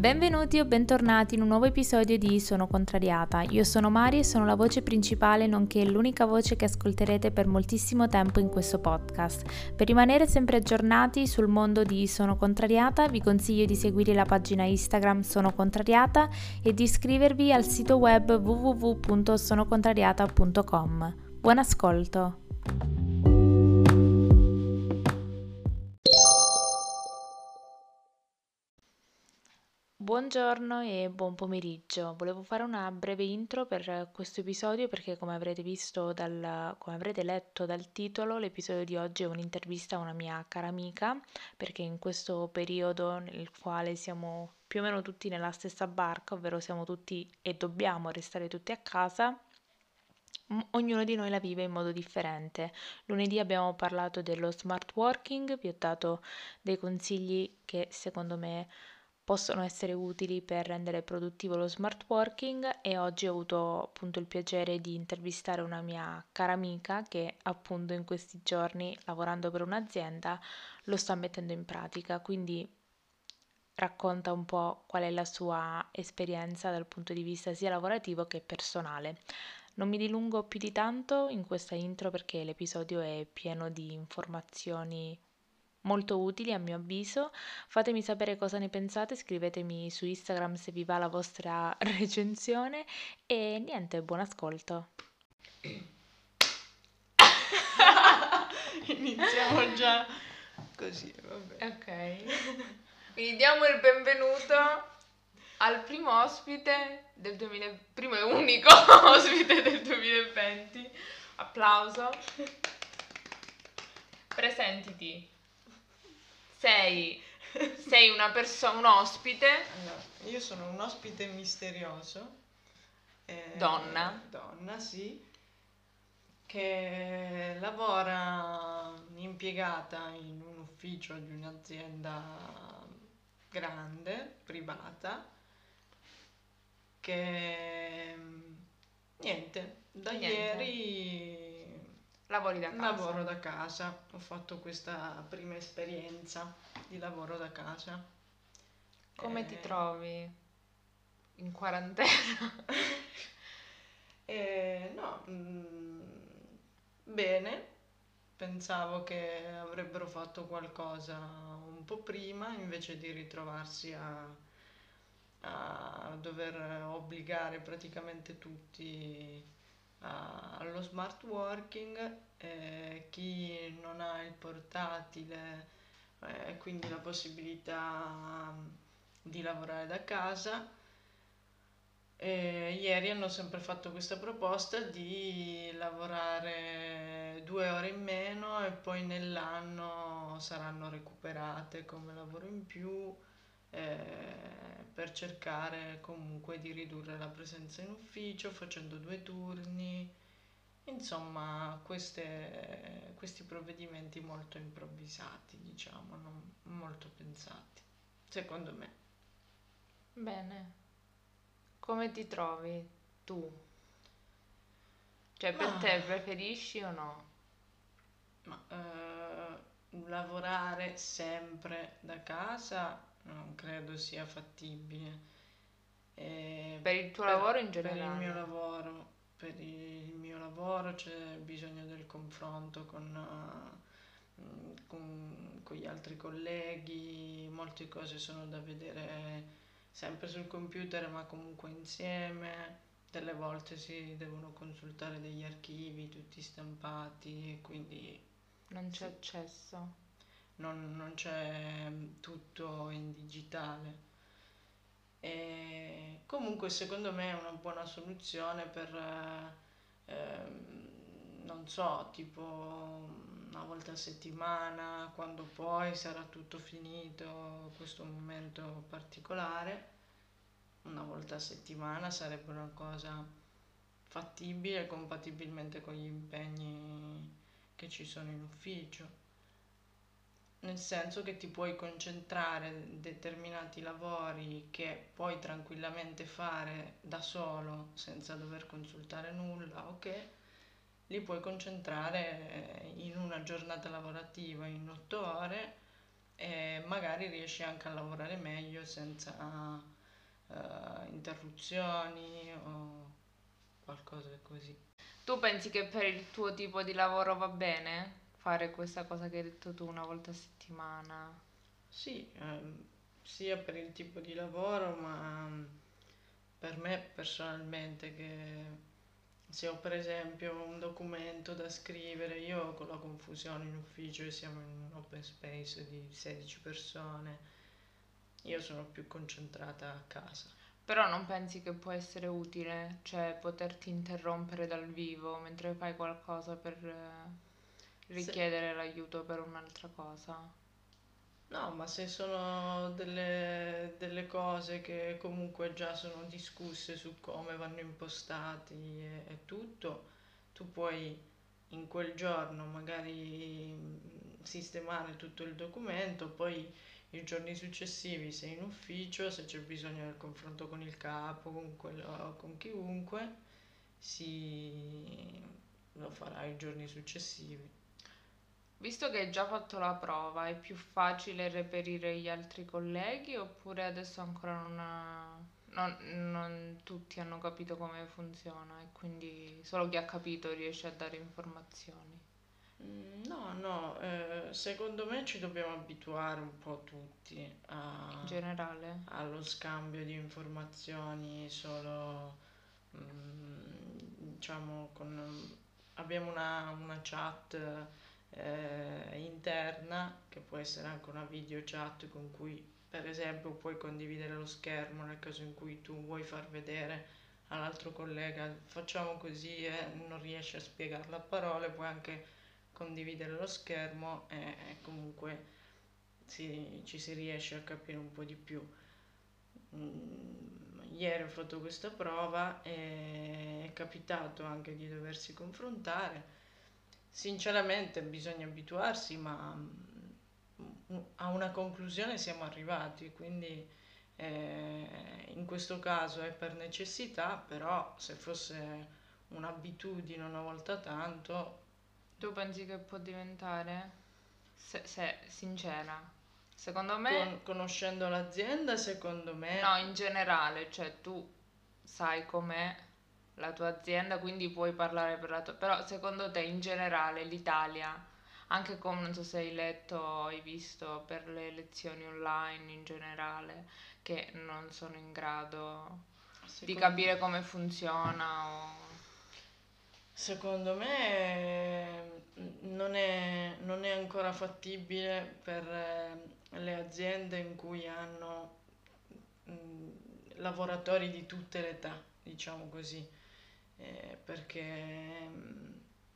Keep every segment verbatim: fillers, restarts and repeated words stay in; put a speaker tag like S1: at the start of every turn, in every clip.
S1: Benvenuti o bentornati in un nuovo episodio di Sono Contrariata. Io sono Mari e sono la voce principale nonché l'unica voce che ascolterete per moltissimo tempo in questo podcast. Per rimanere sempre aggiornati sul mondo di Sono Contrariata vi consiglio di seguire la pagina Instagram Sono Contrariata e di iscrivervi al sito web w w w punto sono contrariata punto com. Buon ascolto! Buongiorno e buon pomeriggio. Volevo fare una breve intro per questo episodio perché come avrete visto dal, come avrete letto dal titolo, l'episodio di oggi è un'intervista a una mia cara amica, perché in questo periodo nel quale siamo più o meno tutti nella stessa barca, ovvero siamo tutti e dobbiamo restare tutti a casa, m- ognuno di noi la vive in modo differente. Lunedì abbiamo parlato dello smart working, vi ho dato dei consigli che secondo me possono essere utili per rendere produttivo lo smart working e oggi ho avuto appunto il piacere di intervistare una mia cara amica che appunto in questi giorni lavorando per un'azienda lo sta mettendo in pratica, quindi racconta un po' qual è la sua esperienza dal punto di vista sia lavorativo che personale. Non mi dilungo più di tanto in questa intro perché l'episodio è pieno di informazioni molto utili a mio avviso. Fatemi sapere cosa ne pensate, scrivetemi su Instagram se vi va la vostra recensione e niente, buon ascolto.
S2: Iniziamo già così, vabbè.
S3: Ok, quindi diamo il benvenuto al primo ospite del duemila, primo e unico ospite del duemilaventi. Applauso. Presentiti. Sei, sei una persona, un ospite.
S2: Allora, io sono un ospite misterioso. eh,
S3: Donna.
S2: Donna, sì. Che lavora impiegata in un ufficio di un'azienda grande, privata, che niente, da
S3: Niente.
S2: ieri
S3: Lavori da casa.
S2: lavoro da casa. Ho fatto questa prima esperienza di lavoro da casa.
S3: Come
S2: Eh,
S3: ti trovi in quarantena?
S2: eh, no, mm, bene. Pensavo che avrebbero fatto qualcosa un po' prima invece di ritrovarsi a, a dover obbligare praticamente tutti a- allo smart working. Eh, chi non ha il portatile eh, e quindi la possibilità mm, di lavorare da casa. E ieri hanno sempre fatto questa proposta di lavorare due ore in meno e poi nell'anno saranno recuperate come lavoro in più, eh, per cercare comunque di ridurre la presenza in ufficio facendo due turni. Insomma, queste- questi provvedimenti molto improvvisati, diciamo, non molto pensati, secondo me.
S3: Bene. Come ti trovi tu? Cioè, per
S2: Ma
S3: te preferisci o no?
S2: Ma eh, lavorare sempre da casa non credo sia fattibile. Eh,
S3: Per il tuo
S2: per,
S3: lavoro in
S2: per il mio
S3: generale?
S2: lavoro, per il mio lavoro c'è bisogno del confronto con, eh, mm, con, con gli altri colleghi, molte cose sono da vedere sempre sul computer, ma comunque insieme. Delle volte si devono consultare degli archivi tutti stampati, quindi
S3: Non c'è
S2: sì,
S3: accesso.
S2: non, non c'è mm, tutto in digitale. E comunque secondo me è una buona soluzione per, eh, ehm, non so, tipo una volta a settimana, quando poi sarà tutto finito, questo momento particolare, una volta a settimana sarebbe una cosa fattibile compatibilmente con gli impegni che ci sono in ufficio. Nel senso che ti puoi concentrare determinati lavori che puoi tranquillamente fare da solo senza dover consultare nulla, ok? Li puoi concentrare eh, in una giornata lavorativa in otto ore e magari riesci anche a lavorare meglio senza eh, interruzioni o qualcosa così.
S3: Tu pensi che per il tuo tipo di lavoro va bene fare questa cosa che hai detto tu una volta a settimana?
S2: Sì, ehm, sia per il tipo di lavoro, ma mm, per me personalmente che se ho per esempio un documento da scrivere, io con la confusione in ufficio e siamo in un open space di sedici persone, io sono più concentrata a casa.
S3: Però non pensi che può essere utile, cioè poterti interrompere dal vivo mentre fai qualcosa per eh,
S2: Se-
S3: richiedere l'aiuto per un'altra cosa?
S2: No, ma se sono delle, delle cose che comunque già sono discusse su come vanno impostati e, e tutto, tu puoi in quel giorno magari mm, sistemare tutto il documento, poi i giorni successivi sei in ufficio, se c'è bisogno del confronto con il capo, con quello, con chiunque, si lo farai i giorni successivi.
S3: Visto che hai già fatto la prova, è più facile reperire gli altri colleghi oppure adesso ancora non, ha- non- non tutti hanno capito come funziona e quindi solo chi ha capito riesce a dare informazioni?
S2: Mm, No, no, eh, secondo me ci dobbiamo abituare un po' tutti
S3: In
S2: a-
S3: generale?
S2: allo scambio di informazioni solo, mm, diciamo, con, abbiamo una, una chat eh, interna che può essere anche una video chat con cui per esempio puoi condividere lo schermo nel caso in cui tu vuoi far vedere all'altro collega facciamo così e non riesci a spiegarlo a parole, puoi anche condividere lo schermo e, e comunque si- ci si riesce a capire un po' di più. Mm, ieri ho fatto questa prova e è capitato anche di doversi confrontare. Sinceramente bisogna abituarsi, ma mm, a una conclusione siamo arrivati, quindi eh, in questo caso è per necessità, però se fosse un'abitudine una volta tanto,
S3: Tu pensi che può diventare? Se, se sincera, secondo me,
S2: con- conoscendo l'azienda, secondo
S3: no,
S2: me
S3: in generale, cioè tu sai com'è la tua azienda, quindi puoi parlare per la tua... Però secondo te in generale l'Italia, anche come non so se hai letto o hai visto per le lezioni online in generale, che non sono in grado di
S2: secondo,
S3: capire come funziona o...
S2: secondo me eh, non è, non è ancora fattibile per eh, le aziende in cui hanno mh, lavoratori di tutte le età, diciamo così, eh, perché mh,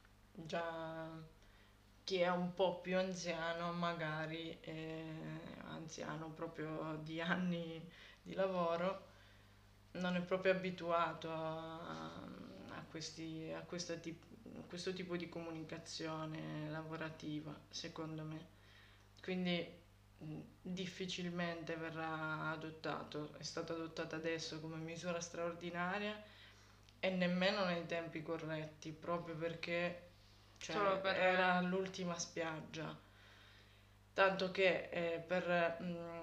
S2: già chi è un po' più anziano, magari eh, anziano proprio di anni di lavoro, non è proprio abituato a, a questi, a questa tip- a questo tipo di comunicazione lavorativa, secondo me. Quindi mh, difficilmente verrà adottato, è stato adottato adesso come misura straordinaria e nemmeno nei tempi corretti, proprio perché
S3: Solo
S2: cioè,
S3: per...
S2: era l'ultima spiaggia. Tanto che eh, per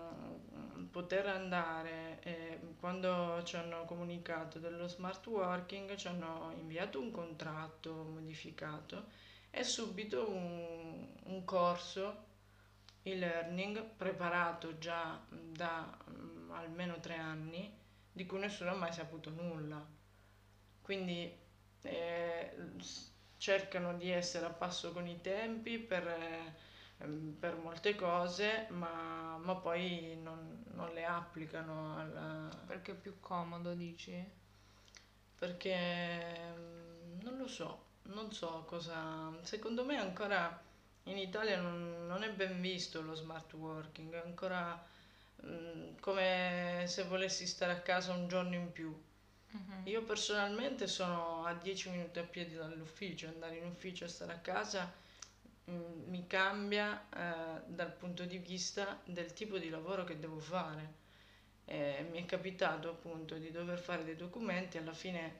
S2: mm, poter andare, eh, quando ci hanno comunicato dello smart working, ci hanno inviato un contratto modificato e subito un, un corso e-learning preparato già da mm, almeno tre anni, di cui nessuno ha mai saputo nulla. Quindi eh, s- cercano di essere a passo con i tempi per, eh, ehm, per molte cose, ma, ma poi non, non le applicano alla-
S3: perché è più comodo, dici?
S2: perché mm, non lo so, non so cosa. Secondo me ancora in Italia non, non è ben visto lo smart working, è ancora mm, come se volessi stare a casa un giorno in più.
S3: Mhm.
S2: Io personalmente sono a dieci minuti a piedi dall'ufficio, andare in ufficio e stare a casa mm, mi cambia eh, dal punto di vista del tipo di lavoro che devo fare. Eh, mi è capitato appunto di dover fare dei documenti, alla fine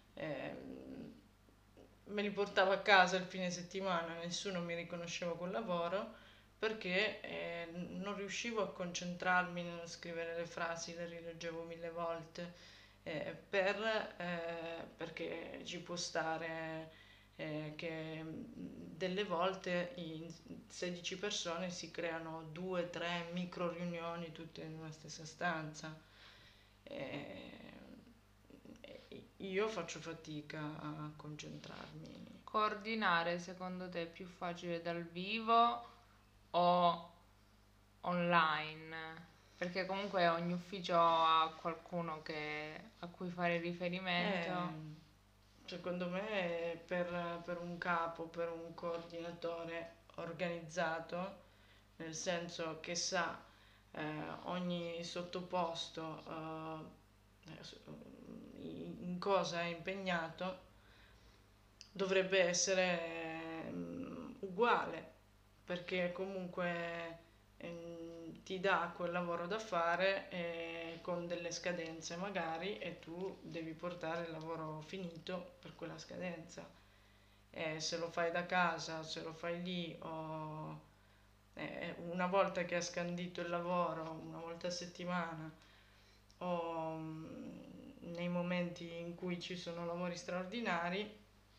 S2: ehm, me li portavo a casa il fine settimana, nessuno mi riconosceva quel lavoro, perché eh, non riuscivo a concentrarmi nello scrivere le frasi, le rileggevo mille volte, eh, per, eh, perché ci può stare eh, che mh, delle volte in sedici persone si creano due, tre micro riunioni tutte in una stessa stanza. Eh, e io faccio fatica a concentrarmi.
S3: Coordinare secondo te è più facile dal vivo o online? Perché comunque ogni ufficio ha qualcuno che- a cui fare riferimento.
S2: Eh, secondo me per, per un capo, per un coordinatore organizzato, nel senso che sa eh, ogni sottoposto eh, in in cosa è impegnato, dovrebbe essere mm, uguale, perché comunque ehm, ti dà quel lavoro da fare eh, con delle scadenze magari e tu devi portare il lavoro finito per quella scadenza. Eh, se lo fai da casa, se lo fai lì o eh, una volta che ha scandito il lavoro, una volta a settimana o mm, nei momenti in cui ci sono lavori straordinari,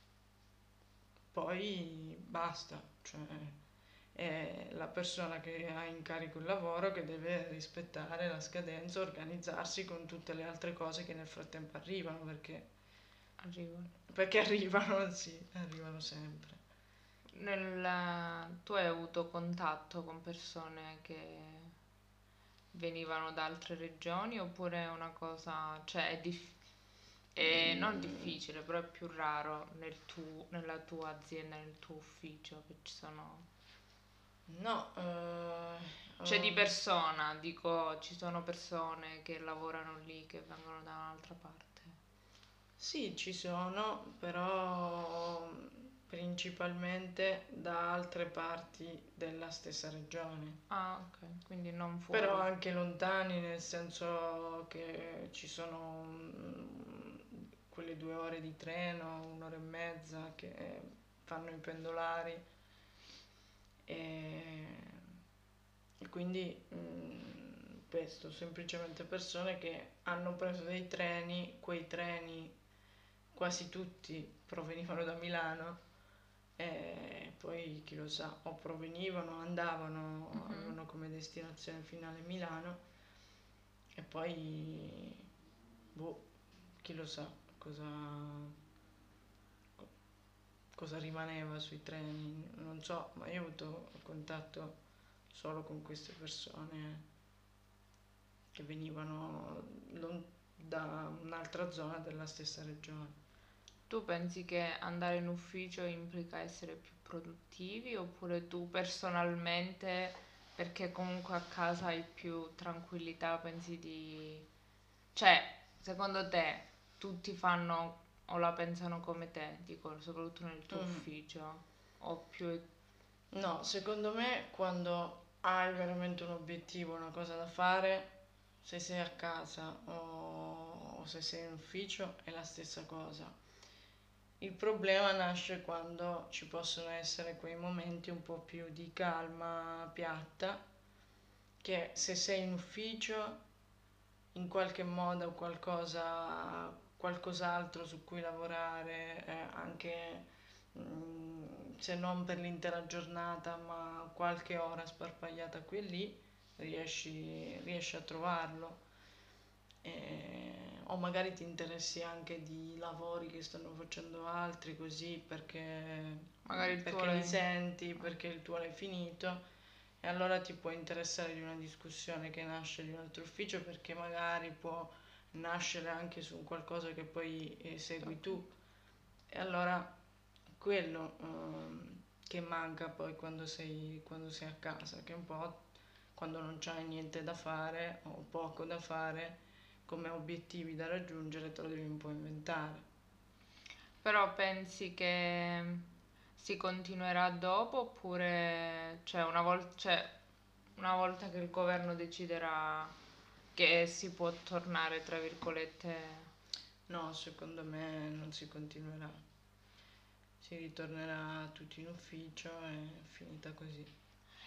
S2: poi basta, cioè è la persona che ha in carico il lavoro che deve rispettare la scadenza, organizzarsi con tutte le altre cose che nel frattempo arrivano, perché,
S3: Arrivano.
S2: perché arrivano, sì, arrivano sempre.
S3: Nel- tu hai avuto contatto con persone che venivano da altre regioni oppure è una cosa, cioè è, dif- è non
S2: Mm,
S3: difficile, però è più raro nel tu- nella tua azienda, nel tuo ufficio che ci sono.
S2: no, eh,
S3: Cioè di
S2: ehm,
S3: persona, dico, ci sono persone che lavorano lì che vengono da un'altra parte.
S2: sì, ci sono, però principalmente da altre parti della stessa regione.
S3: Ah, ok, quindi non
S2: Però
S3: fuori.
S2: anche lontani, nel senso che ci sono mm, quelle due ore di treno, un'ora e mezza che fanno i pendolari e, e quindi mm, questo, semplicemente persone che hanno preso dei treni, quei treni quasi tutti provenivano da Milano e poi chi lo sa, o provenivano, andavano,
S3: Mhm.
S2: avevano come destinazione finale Milano e poi, boh, chi lo sa cosa, cosa rimaneva sui treni, non so, ma io ho avuto contatto solo con queste persone che venivano lon- da un'altra zona della stessa regione.
S3: Tu pensi che andare in ufficio implica essere più produttivi oppure tu personalmente, perché comunque a casa hai più tranquillità, pensi di... Cioè, secondo te tutti fanno o la pensano come te, dico, soprattutto nel tuo
S2: Mm.
S3: ufficio, o più...
S2: No, secondo me quando hai veramente un obiettivo, una cosa da fare, se sei a casa o, o se sei in ufficio è la stessa cosa. Il problema nasce quando ci possono essere quei momenti un po' più di calma piatta, che se sei in ufficio in qualche modo qualcosa, qualcos'altro su cui lavorare, eh, anche mm, se non per l'intera giornata, ma qualche ora sparpagliata qui e lì, riesci, riesci a trovarlo. Eh, o magari ti interessi anche di lavori che stanno facendo altri così perché,
S3: Magari il tuo
S2: perché li
S3: l'hai...
S2: senti, perché il tuo l'hai finito e allora ti può interessare di una discussione che nasce di un altro ufficio perché magari può nascere anche su un qualcosa che poi eh, segui tu. E allora quello ehm, che manca poi quando sei, quando sei a casa, che è un po' quando non c'hai niente da fare o poco da fare come obiettivi da raggiungere, te lo devi un po' inventare.
S3: Però pensi che si continuerà dopo oppure cioè una volta, cioè, una volta che il governo deciderà che si può tornare, tra virgolette,
S2: No, secondo me non si continuerà. Si ritornerà tutti in ufficio e è finita così.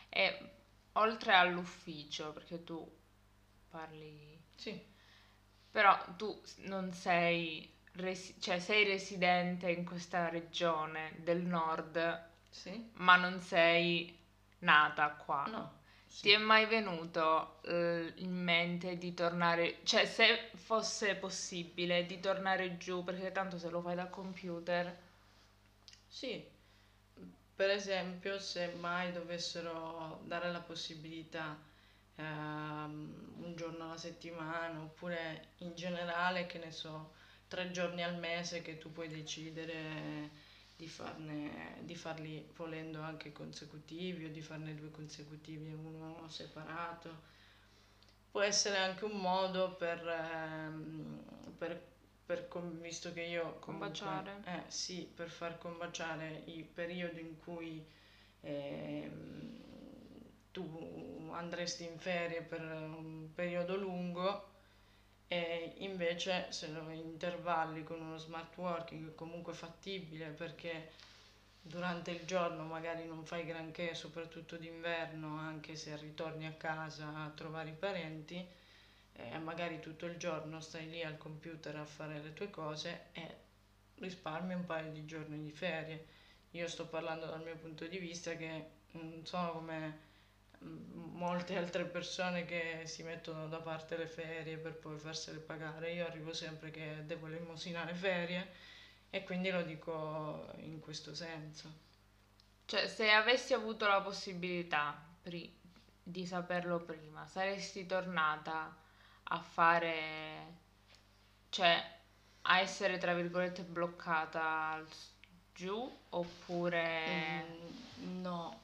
S3: E oltre all'ufficio, perché tu parli,
S2: Sì,
S3: però tu s- non sei, resi- cioè sei residente in questa regione del nord,
S2: sì,
S3: ma non sei nata qua.
S2: no,
S3: Ti
S2: sì.
S3: è mai venuto eh, in mente di tornare, cioè se fosse possibile di tornare giù, perché tanto se lo fai dal computer.
S2: Sì, per esempio, se mai dovessero dare la possibilità ehm, un giorno alla settimana oppure in generale, che ne so, tre giorni al mese che tu puoi decidere di farne, di farli volendo anche consecutivi o di farne due consecutivi e uno separato. Può essere anche un modo per, ehm, per, per com- visto che io comunque,
S3: Combaciare.
S2: eh, sì, per far combaciare i periodi in cui ehm, tu andresti in ferie per un periodo lungo e invece se lo intervalli con uno smart working è comunque fattibile perché durante il giorno magari non fai granché, soprattutto d'inverno, anche se ritorni a casa a trovare i parenti, e magari tutto il giorno stai lì al computer a fare le tue cose e risparmi un paio di giorni di ferie. Io sto parlando dal mio punto di vista che non sono come mm, molte altre persone che si mettono da parte le ferie per poi farsele pagare. Io arrivo sempre che devo elemosinare ferie e quindi lo dico in questo senso.
S3: Cioè, se avessi avuto la possibilità pri- di saperlo prima, saresti tornata a fare, cioè, a essere, tra virgolette, bloccata al s- giù, oppure...
S2: Mm, no,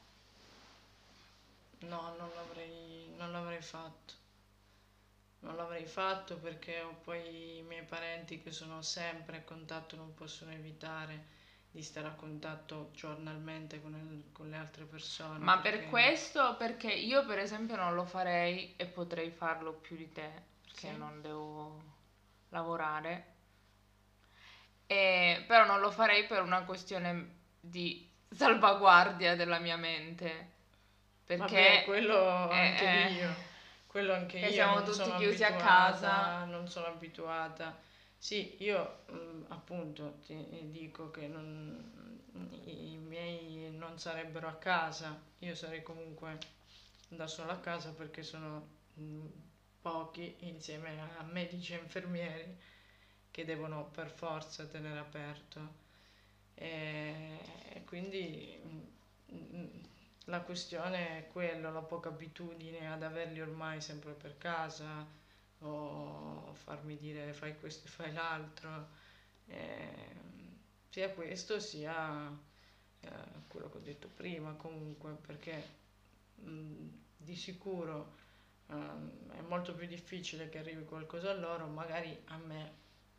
S2: no, non l'avrei, non l'avrei fatto. Non l'avrei fatto perché ho poi i miei parenti che sono sempre a contatto, non possono evitare di stare a contatto giornalmente con, il- con le altre persone
S3: Ma per
S2: perché
S3: questo, perché io per esempio non lo farei e potrei farlo più di te, perché
S2: sì,
S3: non devo lavorare. E- però non lo farei per una questione di salvaguardia della mia mente,
S2: vabbè,
S3: perché
S2: quello anche
S3: eh, eh,
S2: io, quello anche
S3: che
S2: io
S3: siamo
S2: non
S3: tutti
S2: sono
S3: chiusi a casa.
S2: abituata, non sono abituata. Sì, io mm, appunto ti dico che non- i miei non sarebbero a casa, io sarei comunque da sola a casa perché sono mm, pochi insieme a medici e infermieri che devono per forza tenere aperto. E quindi mm, mm, la questione è quello, la poca abitudine ad averli ormai sempre per casa o farmi dire fai questo e fai l'altro. Ehm, sia questo sia eh, quello che ho detto prima comunque perché mh, di sicuro ehm, è molto più difficile che arrivi qualcosa a loro, magari a me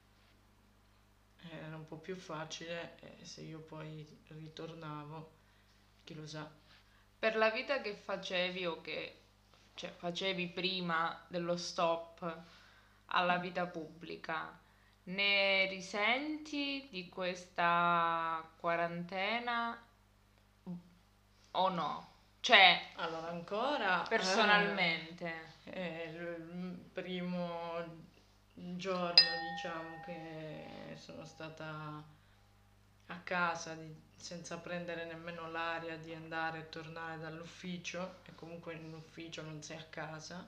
S2: era un po' più facile e se io poi ritornavo, chi lo sa.
S3: Per la vita che facevi o che cioè, facevi prima dello stop alla vita pubblica, ne risenti di questa quarantena o no? Cioè,
S2: Allora, ancora
S3: personalmente.
S2: eh, è il primo giorno, diciamo, che sono stata a casa di- senza prendere nemmeno l'aria di andare e tornare dall'ufficio, e comunque in ufficio non sei a casa,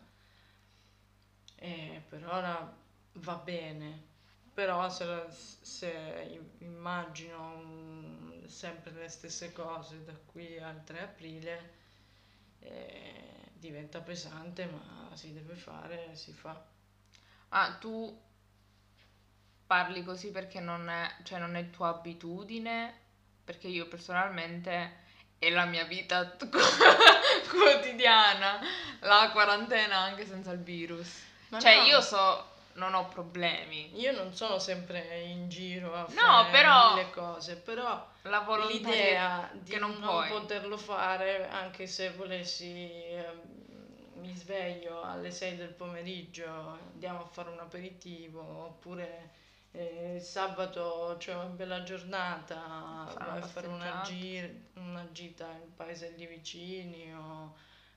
S2: e per ora va bene. Però se, la- se immagino un- sempre le stesse cose da qui al tre aprile, eh, diventa pesante, ma si deve fare, si fa.
S3: Ah, tu parli così perché non è, cioè non è tua abitudine, perché io personalmente è la mia vita quotidiana, la quarantena anche senza il virus.
S2: Ma
S3: Cioè io
S2: no,
S3: so, non ho problemi.
S2: io non sono sempre in giro a
S3: No,
S2: fare
S3: però
S2: mille cose, però
S3: la volontarietà
S2: l'idea
S3: che
S2: di
S3: non
S2: non
S3: puoi.
S2: poterlo fare, anche se volessi, ehm, mi sveglio alle sei del pomeriggio, andiamo a fare un aperitivo, oppure eh, il sabato c'è una bella giornata,
S3: Fare una
S2: vai a fare una,
S3: passeggiata.
S2: gir- una gita in paese lì vicini o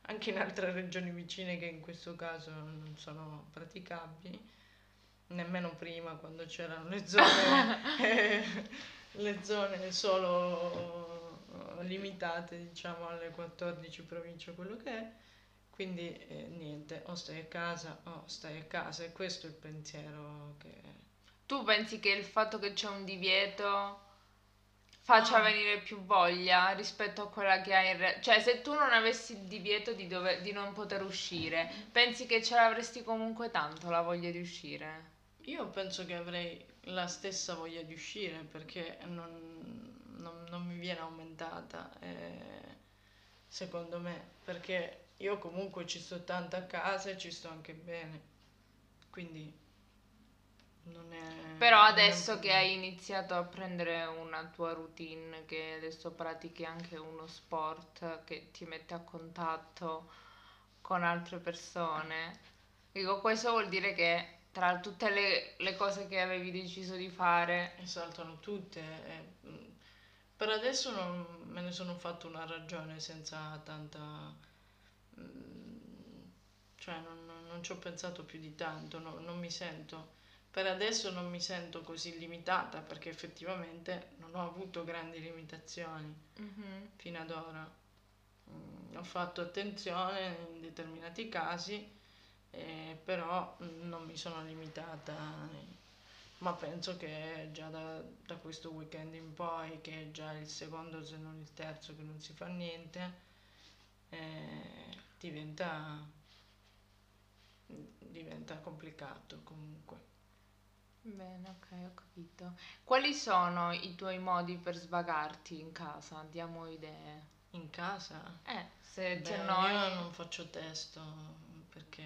S2: anche in altre regioni vicine che in questo caso non sono praticabili, nemmeno prima quando c'erano le zone, eh, le zone solo eh, limitate, diciamo, alle quattordici province, quello che è. Quindi eh, niente, o stai a casa o stai a casa, e questo è il pensiero che...
S3: Tu pensi che il fatto che c'è un divieto faccia
S2: Ah,
S3: venire più voglia rispetto a quella che hai in realtà? Cioè, se tu non avessi il divieto di, dove- di non poter uscire, pensi che ce l'avresti comunque tanto la voglia di uscire?
S2: io penso che avrei la stessa voglia di uscire perché non, non- non mi viene aumentata, eh, secondo me, perché io comunque ci sto tanto a casa e ci sto anche bene, quindi non è,
S3: Però
S2: non è un
S3: adesso che
S2: problema.
S3: hai iniziato a prendere una tua routine, che adesso pratichi anche uno sport che ti mette a contatto con altre persone, dico, questo vuol dire che tra tutte le, le cose che avevi deciso di fare,
S2: E saltano tutte. E, mm, per adesso non me ne sono fatto una ragione senza tanta... mm, cioè non, non- non ci ho pensato più di tanto, no- non mi sento... Per adesso non mi sento così limitata perché effettivamente non ho avuto grandi limitazioni
S3: mhm,
S2: fino ad ora. Mm, ho fatto attenzione in determinati casi, eh, però mm, non mi sono limitata, eh, ma penso che già da, da questo weekend in poi, che è già il secondo se non il terzo che non si fa niente, eh, diventa, diventa complicato comunque.
S3: bene, ok, ho capito. Quali sono i tuoi modi per svagarti in casa? Diamo idee.
S2: In casa?
S3: Eh, se ti
S2: Beh, io
S3: annoi
S2: non faccio testo perché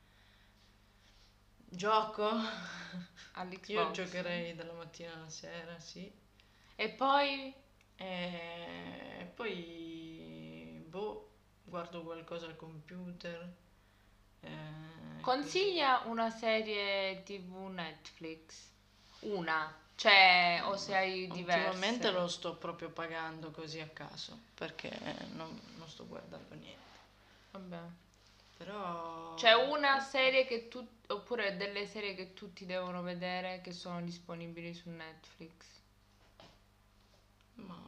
S2: gioco. Io
S3: all'Xbox.
S2: giocherei dalla mattina alla sera, sì.
S3: E poi
S2: E poi, boh, guardo qualcosa al computer, eh, così.
S3: consiglia una serie T V Netflix. Una, cioè, o se hai
S2: Ultimamente
S3: diverse.
S2: lo sto proprio pagando così a caso, perché non, non sto guardando niente.
S3: Vabbè.
S2: Però,
S3: C'è una serie che tu, oppure delle serie che tutti devono vedere che sono disponibili su Netflix.
S2: ma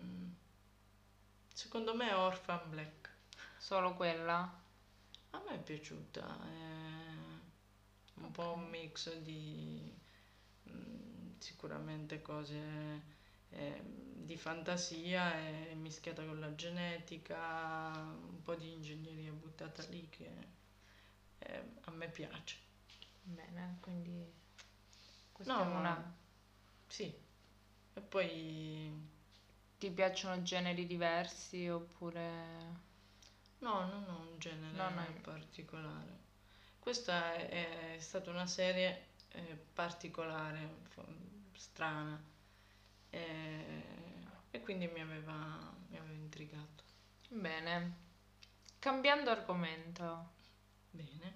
S2: secondo me Orphan Black.
S3: Solo quella?
S2: A me è piaciuta, è un po'
S3: Ok.
S2: un mix di mm, sicuramente cose eh, di fantasia e mischiata con la genetica, un po' di ingegneria buttata lì che eh, a me piace.
S3: Bene, quindi questa è
S2: No,
S3: una.
S2: sì, e poi
S3: Ti piacciono generi diversi oppure.
S2: no, non ho un
S3: No, no.
S2: genere particolare. Questa è, è stata una serie eh, particolare, fo- strana, eh, e quindi mi aveva, mi aveva intrigato.
S3: Bene. Cambiando argomento.
S2: Bene.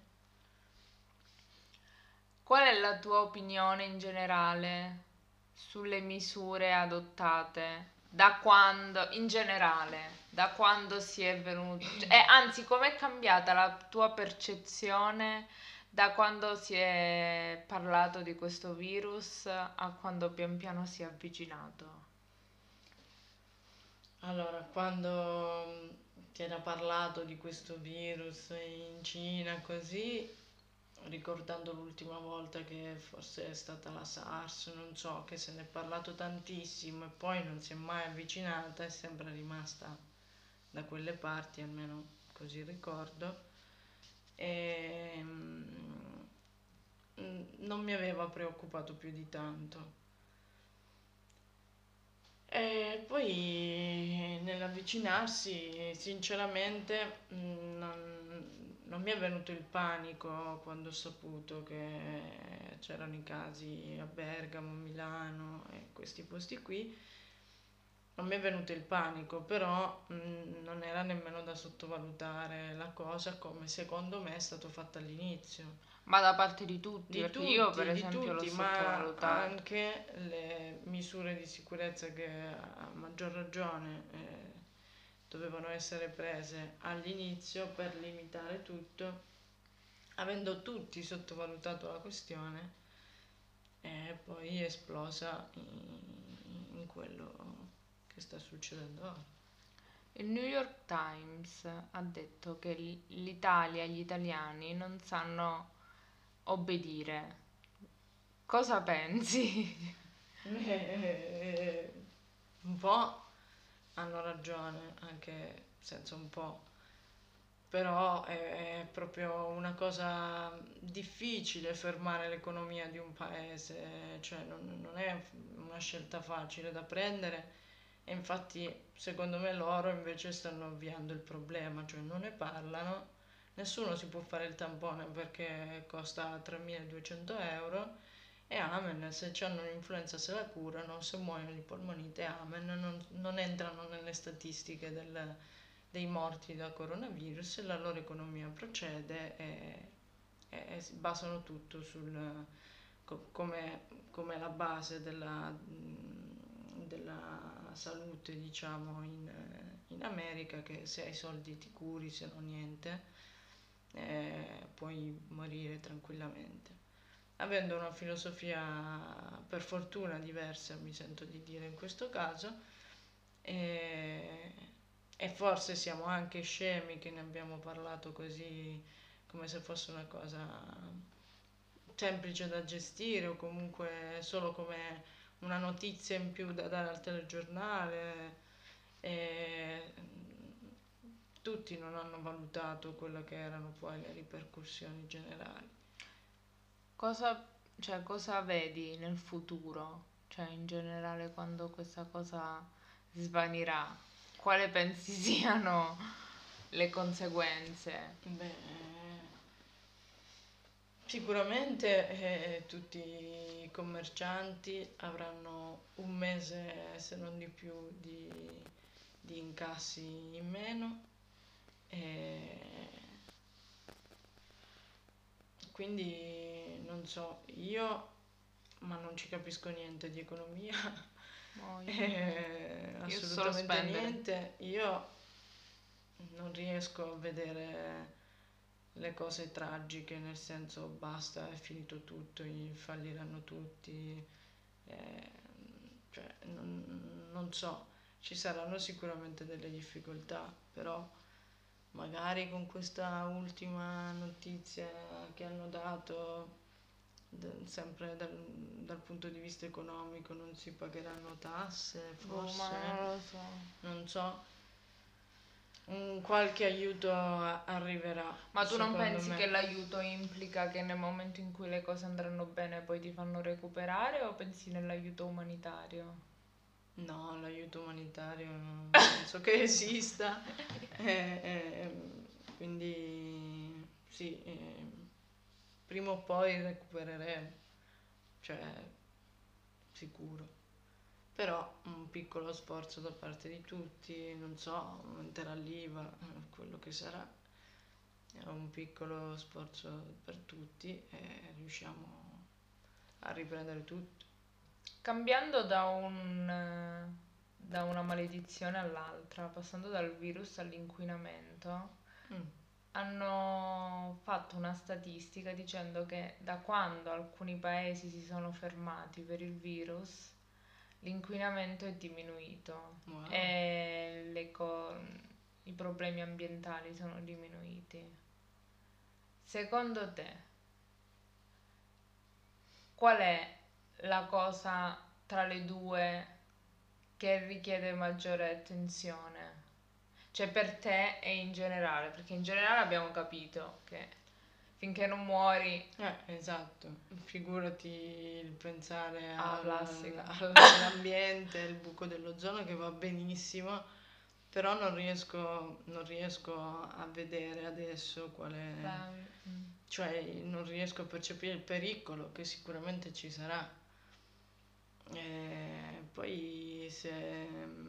S3: Qual è la tua opinione in generale sulle misure adottate da quando, in generale, da quando si è venuto, cioè, eh, anzi, com'è cambiata la tua percezione da quando si è parlato di questo virus a quando pian piano si è avvicinato?
S2: Allora, quando mm, ti era parlato di questo virus in Cina, così, ricordando l'ultima volta che forse è stata la SARS, non so, che se ne è parlato tantissimo e poi non si è mai avvicinata, è sempre rimasta da quelle parti, almeno così ricordo. E mm, mm, non mi aveva preoccupato più di tanto. E poi nell'avvicinarsi, sinceramente, mh, non, non mi è venuto il panico quando ho saputo che c'erano i casi a Bergamo, Milano e questi posti qui. Non mi è venuto il panico, però mh, non era nemmeno da sottovalutare la cosa come secondo me è stato fatto all'inizio.
S3: Ma da parte di tutti,
S2: Di
S3: perché io per
S2: tutti, di
S3: esempio l'ho
S2: tutti, ma
S3: sottovalutato.
S2: anche le misure di sicurezza che a maggior ragione eh, dovevano essere prese all'inizio per limitare tutto, avendo tutti sottovalutato la questione, e poi è esplosa in, in quello che sta succedendo ora.
S3: Il New York Times ha detto che l- l'Italia e gli italiani non sanno obbedire. Cosa pensi?
S2: Eh, un po' hanno ragione, anche senza un po', però è, è proprio una cosa difficile fermare l'economia di un paese, cioè non, non è una scelta facile da prendere, e infatti secondo me loro invece stanno avviando il problema, cioè non ne parlano, nessuno si può fare il tampone perché costa tremiladuecento euro, e amen, se hanno un'influenza se la curano, se muoiono di polmonite amen, non, non entrano nelle statistiche del- dei morti da coronavirus, la loro economia procede e, e- e si basano tutto sul, co- come, come la base della, mh, della salute, diciamo, in, in America, che se hai soldi ti curi, se no niente, eh, puoi morire tranquillamente. Avendo una filosofia per fortuna diversa, mi sento di dire in questo caso, e, e forse siamo anche scemi che ne abbiamo parlato così come se fosse una cosa semplice da gestire, o comunque solo come una notizia in più da dare al telegiornale, e tutti non hanno valutato quelle che erano poi le ripercussioni generali.
S3: Cosa, cioè, cosa vedi nel futuro? Cioè, in generale, quando questa cosa svanirà, quale pensi siano le conseguenze?
S2: Beh, sicuramente eh, tutti i commercianti avranno un mese, se non di più, di, di incassi in meno, e quindi non so, io, ma non ci capisco niente di economia,
S3: Oh, io,
S2: eh,
S3: io solo
S2: assolutamente
S3: spendere.
S2: niente, io non riesco a vedere le cose tragiche, nel senso basta, è finito tutto, falliranno tutti, eh, cioè non, non so, ci saranno sicuramente delle difficoltà, però magari con questa ultima notizia che hanno dato, de- sempre dal, dal punto di vista economico, non si pagheranno tasse,
S3: Boh, ma non
S2: forse,
S3: lo so.
S2: non so, un qualche aiuto a- arriverà,
S3: Ma tu non
S2: secondo
S3: pensi che
S2: me.
S3: l'aiuto implica che nel momento in cui le cose andranno bene poi ti fanno recuperare o pensi nell'aiuto umanitario?
S2: No, l'aiuto umanitario non penso che esista, eh, eh, quindi sì, eh, prima o poi recupereremo, cioè sicuro. Però un piccolo sforzo da parte di tutti, non so, aumenterà l'I V A, eh, quello che sarà, è un piccolo sforzo per tutti e riusciamo a riprendere tutto.
S3: Cambiando da un, eh, da una maledizione all'altra, passando dal virus all'inquinamento,
S2: Mm.
S3: hanno fatto una statistica dicendo che da quando alcuni paesi si sono fermati per il virus, l'inquinamento è diminuito
S2: Wow.
S3: e le co- i problemi ambientali sono diminuiti. Secondo te, qual è la cosa tra le due che richiede maggiore attenzione? Cioè per te e in generale, perché in generale abbiamo capito che finché non muori
S2: Eh, esatto, figurati il pensare
S3: alla
S2: al-
S3: plastica.
S2: al- all'ambiente, il buco dell'ozono che va benissimo, però non riesco, non riesco a vedere adesso qual è,
S3: La- mm.
S2: cioè non riesco a percepire il pericolo che sicuramente ci sarà. E poi se,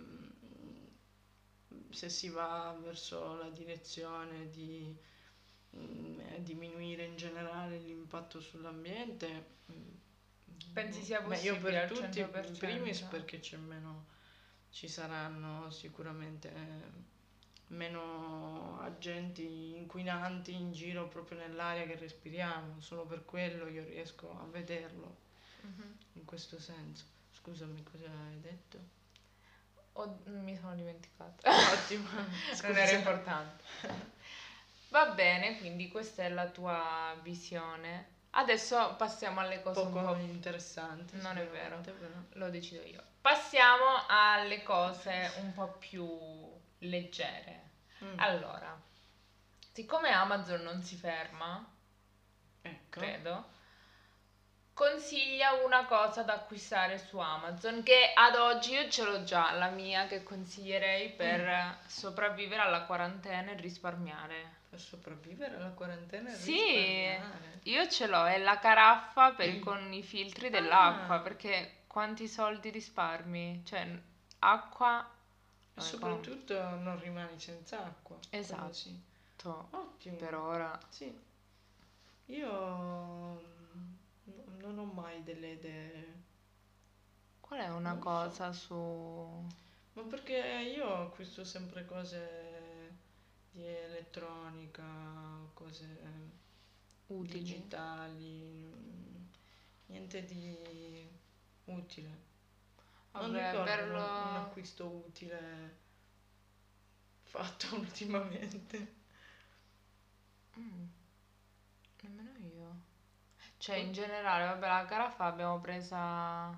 S2: se si va verso la direzione di mm, eh, diminuire in generale l'impatto sull'ambiente, mm,
S3: Pensi
S2: boh.
S3: sia
S2: Beh, io
S3: possibile
S2: per
S3: al
S2: tutti, in primis
S3: cento per cento?
S2: perché c'è meno, ci saranno sicuramente meno agenti inquinanti in giro proprio nell'aria che respiriamo, solo per quello io riesco a vederlo
S3: Mhm.
S2: in questo senso. Scusami, cosa hai detto?
S3: Oh, mi sono dimenticata.
S2: Ottimo,
S3: Non
S2: scusa.
S3: era importante. Va bene, quindi questa è la tua visione. Adesso passiamo alle cose un
S2: Poco
S3: po'.
S2: interessante,
S3: Non è vero,
S2: sicuramente, però.
S3: lo decido io. Passiamo alle cose un po' più leggere.
S2: Mm,
S3: Allora, siccome Amazon non si ferma,
S2: ecco.
S3: credo, consiglia una cosa da acquistare su Amazon che ad oggi io ce l'ho già, la mia che consiglierei per sopravvivere alla quarantena e risparmiare.
S2: Per sopravvivere alla quarantena e
S3: Sì,
S2: risparmiare.
S3: io ce l'ho, è la caraffa per- con i filtri dell'acqua,
S2: Ah,
S3: perché quanti soldi risparmi? Cioè, acqua.
S2: e
S3: Vabbè, qua-
S2: soprattutto non rimani senza acqua. quello
S3: Esatto,
S2: sì.
S3: per
S2: Ottimo.
S3: ora.
S2: Sì, io mm, n- non ho mai delle idee,
S3: Qual è una
S2: non lo so.
S3: cosa su.
S2: Ma perché io acquisto sempre cose di elettronica, cose
S3: Utili?
S2: digitali, mm, niente di utile. Non
S3: Vabbè,
S2: ricordo
S3: per
S2: un, un
S3: lo.
S2: acquisto utile fatto ultimamente.
S3: Mm, nemmeno io. Cioè,
S2: Poi-
S3: in generale, vabbè, la caraffa l'abbiamo presa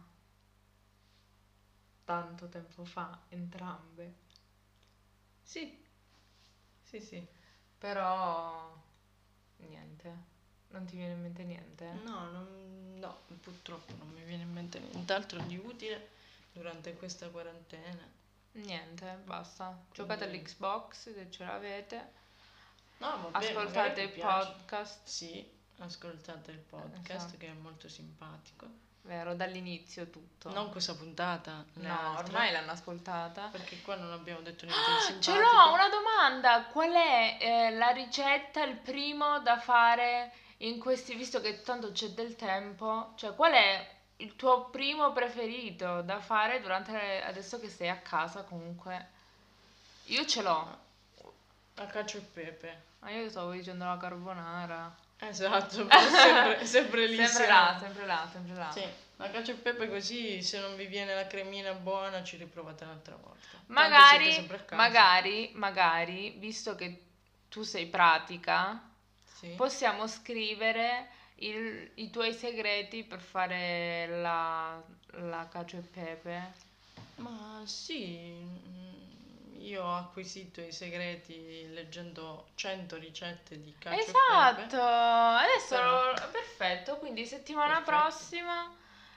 S3: tanto tempo fa, entrambe.
S2: Sì, sì, sì.
S3: Però, niente. Non ti viene in mente niente?
S2: No, non- no, purtroppo non mi viene in mente nient'altro di utile durante questa quarantena.
S3: Niente, basta. Giocate
S2: Quindi,
S3: all'Xbox se ce l'avete.
S2: no, vabbè, magari
S3: Ascoltate
S2: ti
S3: il
S2: piace.
S3: podcast.
S2: Sì, ascoltate il podcast
S3: Esatto,
S2: che è molto simpatico.
S3: vero, dall'inizio tutto.
S2: Non questa puntata, le
S3: No,
S2: altre,
S3: ormai l'hanno ascoltata.
S2: perché qua non abbiamo detto niente di
S3: Ce
S2: simpatico.
S3: l'ho, una domanda. Qual è eh, la ricetta, il primo da fare in questi, visto che tanto c'è del tempo, cioè qual è il tuo primo preferito da fare durante le- adesso che sei a casa comunque? Io ce l'ho.
S2: A cacio e pepe.
S3: Ma io stavo dicendo la carbonara.
S2: Esatto, però sempre, sempre lì
S3: Sempre
S2: siamo.
S3: là, sempre là, sempre là.
S2: Sì, la cacio e pepe così se non vi viene la cremina buona ci riprovate un'altra volta. Tanto siete
S3: Magari,
S2: sempre a casa.
S3: magari, magari, visto che tu sei pratica,
S2: Sì.
S3: possiamo scrivere il- i tuoi segreti per fare la, la cacio e pepe.
S2: Ma sì, mm, io ho acquisito i segreti leggendo cento ricette di cacio e pepe.
S3: Esatto, adesso
S2: Però-
S3: lo- perfetto, quindi settimana
S2: Perfetto.
S3: prossima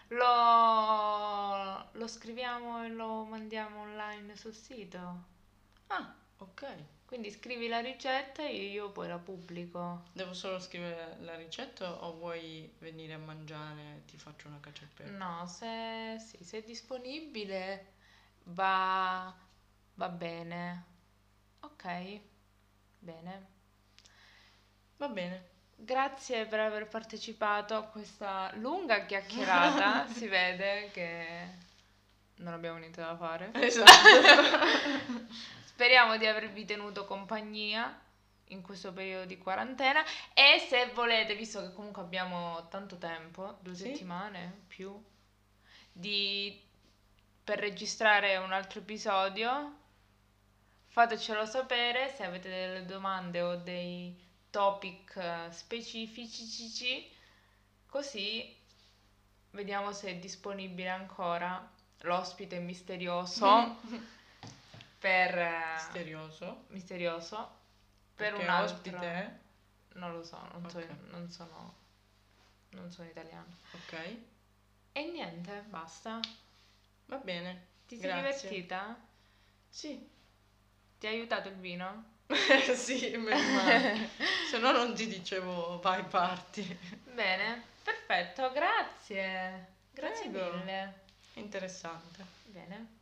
S3: lo, lo scriviamo e lo mandiamo online sul sito.
S2: Ah, ok.
S3: Quindi scrivi la ricetta e io poi la pubblico.
S2: Devo solo scrivere la ricetta o vuoi venire a mangiare? Ti faccio una cacio e pepe.
S3: No, se, sì, se è disponibile va, va bene. Ok, bene.
S2: Va bene.
S3: Grazie per aver partecipato a questa lunga chiacchierata. Si vede che non abbiamo niente da fare.
S2: Esatto.
S3: Speriamo di avervi tenuto compagnia in questo periodo di quarantena e se volete, visto che comunque abbiamo tanto tempo, due
S2: Sì.
S3: settimane più, di, per registrare un altro episodio, fatecelo sapere se avete delle domande o dei topic eh, specifici, così vediamo se è disponibile ancora l'ospite misterioso per eh,
S2: Misterioso.
S3: misterioso per
S2: Perché
S3: un altro
S2: ospite è?
S3: non lo so, non, so-
S2: Ok.
S3: non sono non sono italiana.
S2: Ok.
S3: E niente, basta.
S2: Va bene.
S3: Ti sei
S2: Grazie.
S3: divertita?
S2: Sì.
S3: Ti ha aiutato il vino?
S2: Sì, meno male. Se no non ti dicevo vai parti.
S3: Bene, perfetto, grazie. Grazie
S2: Prego.
S3: mille.
S2: Interessante.
S3: Bene.